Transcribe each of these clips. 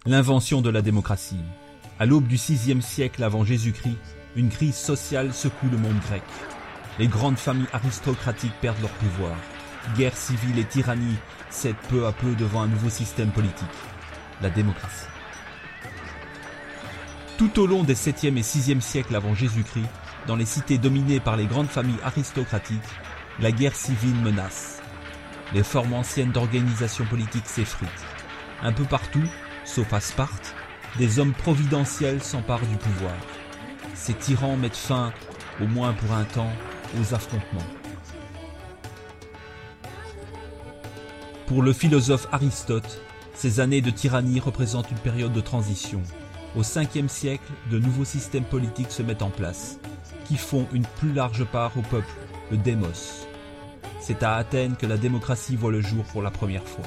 L'invention de la démocratie. À l'aube du VIe siècle avant Jésus-Christ, une crise sociale secoue le monde grec. Les grandes familles aristocratiques perdent leur pouvoir. Guerre civile et tyrannie cèdent peu à peu devant un nouveau système politique, la démocratie. Tout au long des 7e et 6e siècles avant Jésus-Christ, dans les cités dominées par les grandes familles aristocratiques, la guerre civile menace. Les formes anciennes d'organisation politique s'effritent. Un peu partout, sauf à Sparte, des hommes providentiels s'emparent du pouvoir. Ces tyrans mettent fin, au moins pour un temps, aux affrontements. Pour le philosophe Aristote, ces années de tyrannie représentent une période de transition. Au 5e siècle, de nouveaux systèmes politiques se mettent en place, qui font une plus large part au peuple, le démos. C'est à Athènes que la démocratie voit le jour pour la première fois.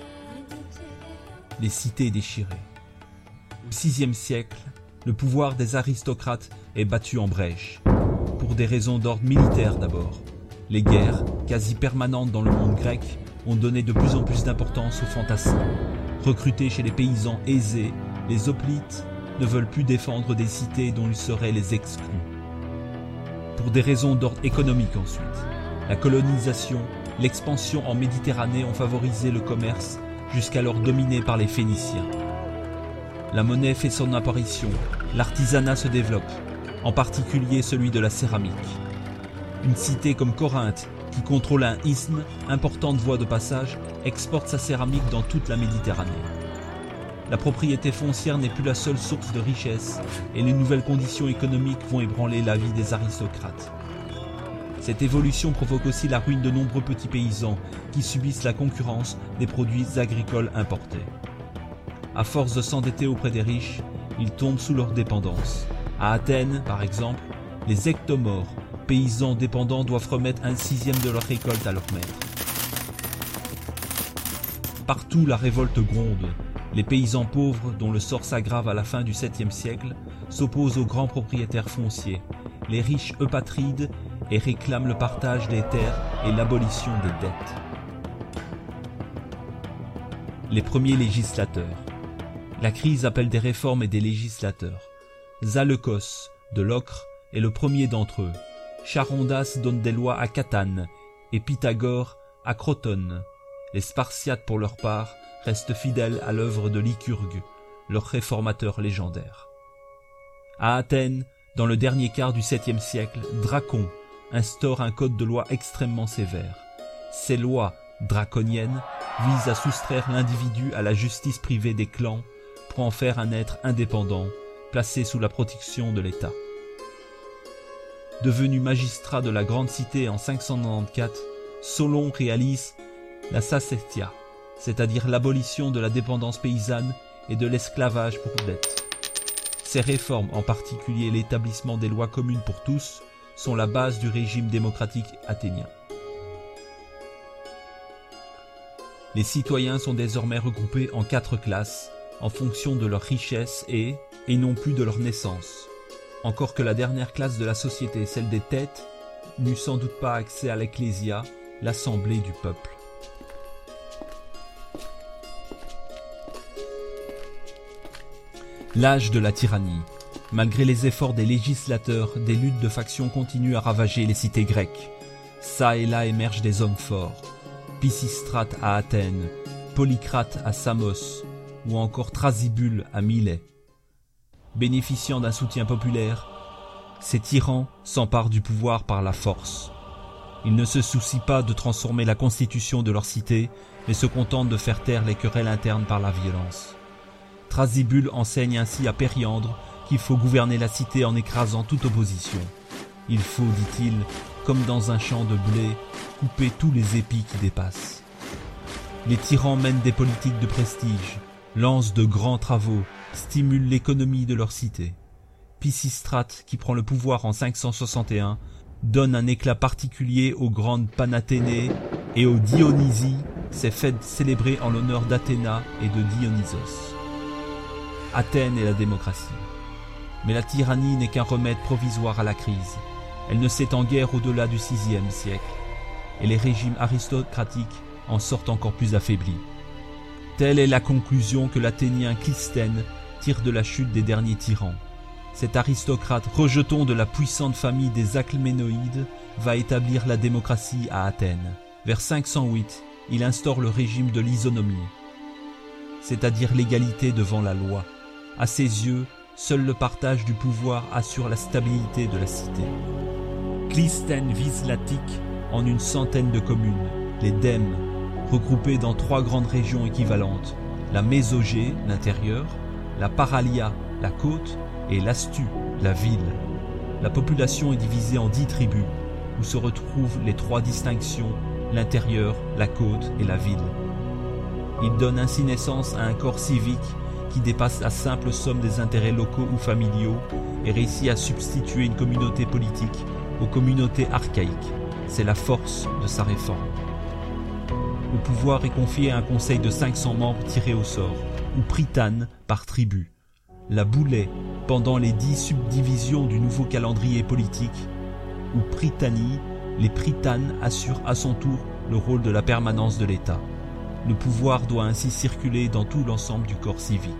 Les cités déchirées. Au 6e siècle, le pouvoir des aristocrates est battu en brèche. Pour des raisons d'ordre militaire d'abord. Les guerres, quasi permanentes dans le monde grec, ont donné de plus en plus d'importance aux fantassins. Recrutés chez les paysans aisés, les hoplites ne veulent plus défendre des cités dont ils seraient les exclus. Pour des raisons d'ordre économique ensuite. La colonisation, l'expansion en Méditerranée ont favorisé le commerce, jusqu'alors dominé par les Phéniciens. La monnaie fait son apparition, l'artisanat se développe, en particulier celui de la céramique. Une cité comme Corinthe, qui contrôle un isthme, importante voie de passage, exporte sa céramique dans toute la Méditerranée. La propriété foncière n'est plus la seule source de richesse, et les nouvelles conditions économiques vont ébranler la vie des aristocrates. Cette évolution provoque aussi la ruine de nombreux petits paysans qui subissent la concurrence des produits agricoles importés. À force de s'endetter auprès des riches, ils tombent sous leur dépendance. À Athènes, par exemple, les ectomores, paysans dépendants, doivent remettre 1/6 de leur récolte à leur maître. Partout, la révolte gronde. Les paysans pauvres, dont le sort s'aggrave à la fin du 7e siècle, s'opposent aux grands propriétaires fonciers. Les riches eupatrident et réclament le partage des terres et l'abolition des dettes. Les premiers législateurs. La crise appelle des réformes et des législateurs. Zaleukos, de Locre, est le premier d'entre eux. Charondas donne des lois à Catane et Pythagore à Crotone. Les Spartiates, pour leur part, restent fidèles à l'œuvre de Lycurgue, leur réformateur légendaire. À Athènes, dans le dernier quart du 7e siècle, Dracon instaure un code de loi extrêmement sévère. Ces lois draconiennes visent à soustraire l'individu à la justice privée des clans pour en faire un être indépendant, placé sous la protection de l'État. Devenu magistrat de la grande cité en 594, Solon réalise la sacetia, c'est-à-dire l'abolition de la dépendance paysanne et de l'esclavage pour dette. Ces réformes, en particulier l'établissement des lois communes pour tous, sont la base du régime démocratique athénien. Les citoyens sont désormais regroupés en 4 classes, en fonction de leur richesse et non plus de leur naissance. Encore que la dernière classe de la société, celle des têtes, n'eut sans doute pas accès à l'ecclésia, l'assemblée du peuple. L'âge de la tyrannie. Malgré les efforts des législateurs, des luttes de factions continuent à ravager les cités grecques. Ça et là émergent des hommes forts. Pisistrate à Athènes, Polycrate à Samos, ou encore Thrasybule à Milet. Bénéficiant d'un soutien populaire, ces tyrans s'emparent du pouvoir par la force. Ils ne se soucient pas de transformer la constitution de leur cité, mais se contentent de faire taire les querelles internes par la violence. Thrasybule enseigne ainsi à Périandre qu'il faut gouverner la cité en écrasant toute opposition. Il faut, dit-il, comme dans un champ de blé, couper tous les épis qui dépassent. Les tyrans mènent des politiques de prestige, lancent de grands travaux, stimulent l'économie de leur cité. Pisistrate, qui prend le pouvoir en 561, donne un éclat particulier aux grandes Panathénées et aux Dionysies, ces fêtes célébrées en l'honneur d'Athéna et de Dionysos. Athènes et la démocratie. Mais la tyrannie n'est qu'un remède provisoire à la crise. Elle ne s'étend guère au-delà du VIe siècle, et les régimes aristocratiques en sortent encore plus affaiblis. Telle est la conclusion que l'Athénien Clisthène tire de la chute des derniers tyrans. Cet aristocrate, rejeton de la puissante famille des Alcménoïdes, va établir la démocratie à Athènes. Vers 508, il instaure le régime de l'isonomie, c'est-à-dire l'égalité devant la loi. À ses yeux, seul le partage du pouvoir assure la stabilité de la cité. Clisthène vise l'Attique en une centaine de communes, les dèmes, regroupées dans 3 grandes régions équivalentes, la Mésogée, l'intérieur, la Paralia, la côte, et l'Astu, la ville. La population est divisée en 10 tribus, où se retrouvent les 3 distinctions, l'intérieur, la côte et la ville. Il donne ainsi naissance à un corps civique qui dépasse la simple somme des intérêts locaux ou familiaux et réussit à substituer une communauté politique aux communautés archaïques. C'est la force de sa réforme. Le pouvoir est confié à un conseil de 500 membres tirés au sort, ou pritanes par tribu. La boulée, pendant les 10 subdivisions du nouveau calendrier politique, ou prytanie, les pritanes assurent à son tour le rôle de la permanence de l'État. Le pouvoir doit ainsi circuler dans tout l'ensemble du corps civique.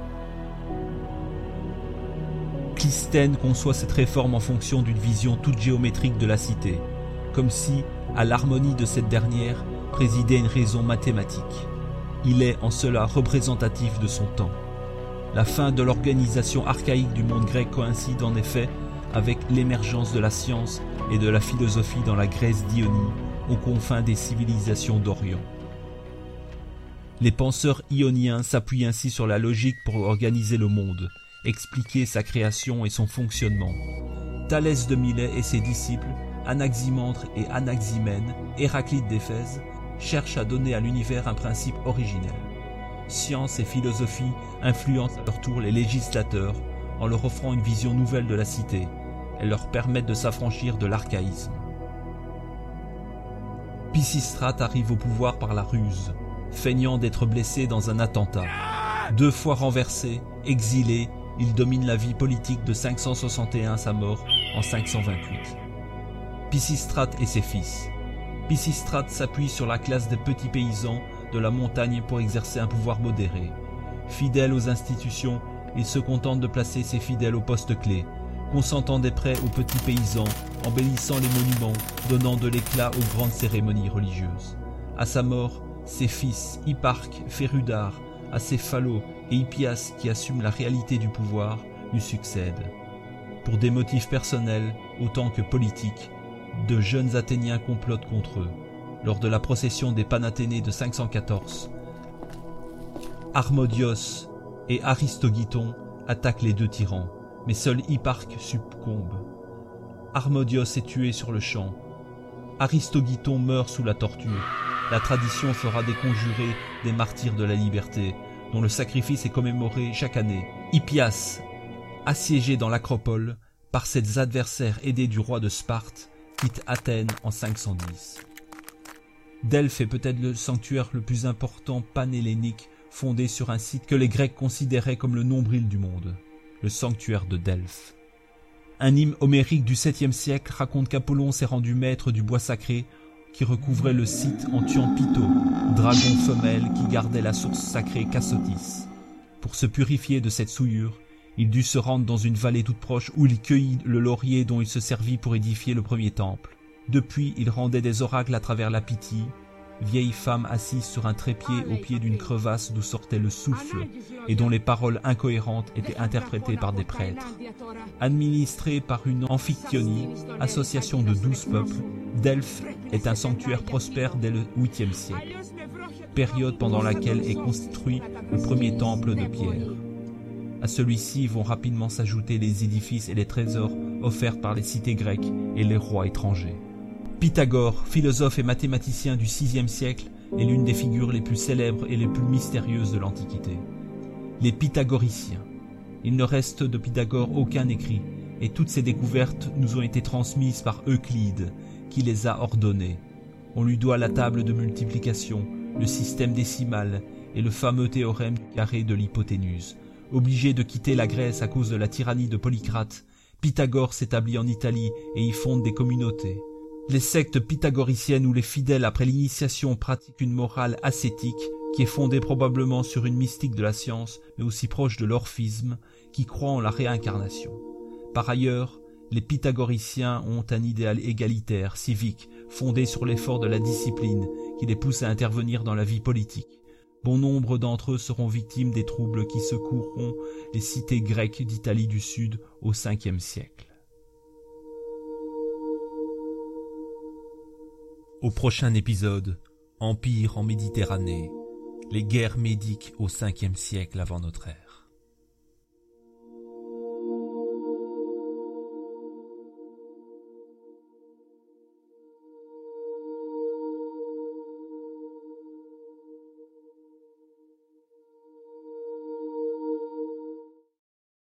Clisthène conçoit cette réforme en fonction d'une vision toute géométrique de la cité, comme si, à l'harmonie de cette dernière, présidait une raison mathématique. Il est en cela représentatif de son temps. La fin de l'organisation archaïque du monde grec coïncide en effet avec l'émergence de la science et de la philosophie dans la Grèce d'Ionie, aux confins des civilisations d'Orient. Les penseurs ioniens s'appuient ainsi sur la logique pour organiser le monde, expliquer sa création et son fonctionnement. Thalès de Milet et ses disciples, Anaximandre et Anaximène, Héraclite d'Éphèse, cherchent à donner à l'univers un principe originel. Science et philosophie influencent à leur tour les législateurs en leur offrant une vision nouvelle de la cité. Elles leur permettent de s'affranchir de l'archaïsme. Pisistrate arrive au pouvoir par la ruse, feignant d'être blessé dans un attentat. 2 fois renversé, exilé, il domine la vie politique de 561 à sa mort en 528. Pisistrate et ses fils. Pisistrate s'appuie sur la classe des petits paysans de la montagne pour exercer un pouvoir modéré. Fidèle aux institutions, il se contente de placer ses fidèles aux postes clés, consentant des prêts aux petits paysans, embellissant les monuments, donnant de l'éclat aux grandes cérémonies religieuses. À sa mort, ses fils Hipparque, Férudard, Acéphalo et Hippias, qui assument la réalité du pouvoir, lui succèdent. Pour des motifs personnels autant que politiques, de jeunes Athéniens complotent contre eux. Lors de la procession des Panathénées de 514, Harmodios et Aristogiton attaquent les 2 tyrans, mais seul Hipparque succombe. Harmodios est tué sur le champ. Aristogiton meurt sous la torture. La tradition fera des conjurés des martyrs de la liberté, dont le sacrifice est commémoré chaque année. Hippias, assiégé dans l'acropole par ses adversaires aidés du roi de Sparte, quitte Athènes en 510. Delphes est peut-être le sanctuaire le plus important panhellénique fondé sur un site que les Grecs considéraient comme le nombril du monde, le sanctuaire de Delphes. Un hymne homérique du 7e siècle raconte qu'Apollon s'est rendu maître du bois sacré qui recouvrait le site en tuant Pytho, dragon femelle qui gardait la source sacrée Cassotis. Pour se purifier de cette souillure, il dut se rendre dans une vallée toute proche où il cueillit le laurier dont il se servit pour édifier le premier temple. Depuis, il rendait des oracles à travers la Pythie, vieille femme assise sur un trépied au pied d'une crevasse d'où sortait le souffle et dont les paroles incohérentes étaient interprétées par des prêtres. Administré par une amphictyonie, association de 12 peuples, Delphes est un sanctuaire prospère dès le 8e siècle, période pendant laquelle est construit le premier temple de pierre. À celui-ci vont rapidement s'ajouter les édifices et les trésors offerts par les cités grecques et les rois étrangers. Pythagore, philosophe et mathématicien du 6e siècle, est l'une des figures les plus célèbres et les plus mystérieuses de l'Antiquité. Les pythagoriciens. Il ne reste de Pythagore aucun écrit, et toutes ces découvertes nous ont été transmises par Euclide, qui les a ordonnées. On lui doit la table de multiplication, le système décimal et le fameux théorème du carré de l'hypoténuse. Obligé de quitter la Grèce à cause de la tyrannie de Polycrate, Pythagore s'établit en Italie et y fonde des communautés. Les sectes pythagoriciennes où les fidèles après l'initiation pratiquent une morale ascétique qui est fondée probablement sur une mystique de la science, mais aussi proche de l'orphisme, qui croit en la réincarnation. Par ailleurs, les pythagoriciens ont un idéal égalitaire, civique, fondé sur l'effort de la discipline, qui les pousse à intervenir dans la vie politique. Bon nombre d'entre eux seront victimes des troubles qui secourront les cités grecques d'Italie du Sud au Ve siècle. Au prochain épisode, Empire en Méditerranée, les guerres médiques au Ve siècle avant notre ère.